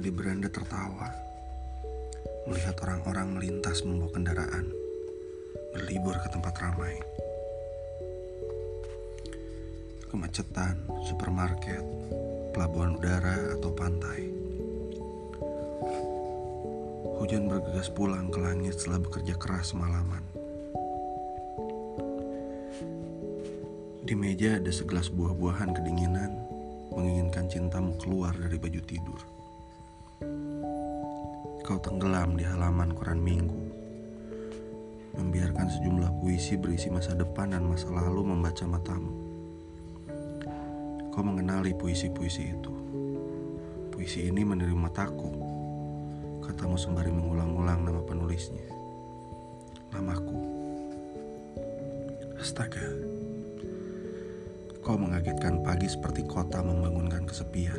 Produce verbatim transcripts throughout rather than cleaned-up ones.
di beranda tertawa, melihat orang-orang melintas membawa kendaraan, berlibur ke tempat ramai. Kemacetan, supermarket, pelabuhan udara atau pantai. Hujan bergegas pulang ke langit setelah bekerja keras semalaman. Di meja ada segelas buah-buahan kedinginan, menginginkan cintamu keluar dari baju tidur. Kau tenggelam di halaman koran minggu, membiarkan sejumlah puisi berisi masa depan dan masa lalu membaca matamu. Kau mengenali puisi-puisi itu. Puisi ini meniru mataku, katamu sembari mengulang-ulang nama penulisnya. Namaku. Astaga. Kau mengagetkan pagi seperti kota membangunkan kesepian.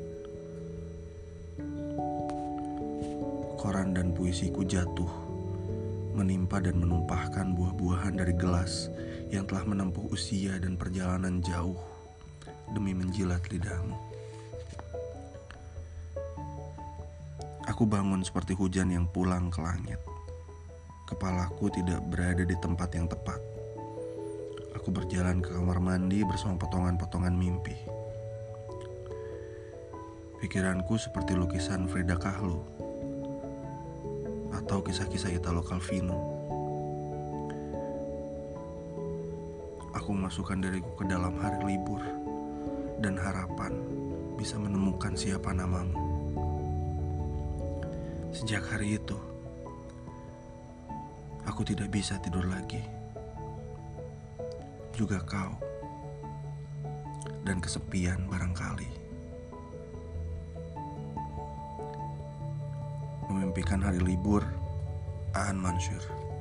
Koran dan puisiku jatuh, menimpa dan menumpahkan buah-buahan dari gelas yang telah menempuh usia dan perjalanan jauh demi menjilat lidahmu. Aku bangun seperti hujan yang pulang ke langit. Kepalaku tidak berada di tempat yang tepat. Aku berjalan ke kamar mandi bersama potongan-potongan mimpi. Pikiranku seperti lukisan Frida Kahlo atau kisah-kisah Italo Calvino. Aku memasukkan diriku ke dalam hari libur dan harapan bisa menemukan siapa namamu. Sejak hari itu, aku tidak bisa tidur lagi. Juga kau, dan kesepian barangkali. Memimpikan hari libur, Aan Mansur.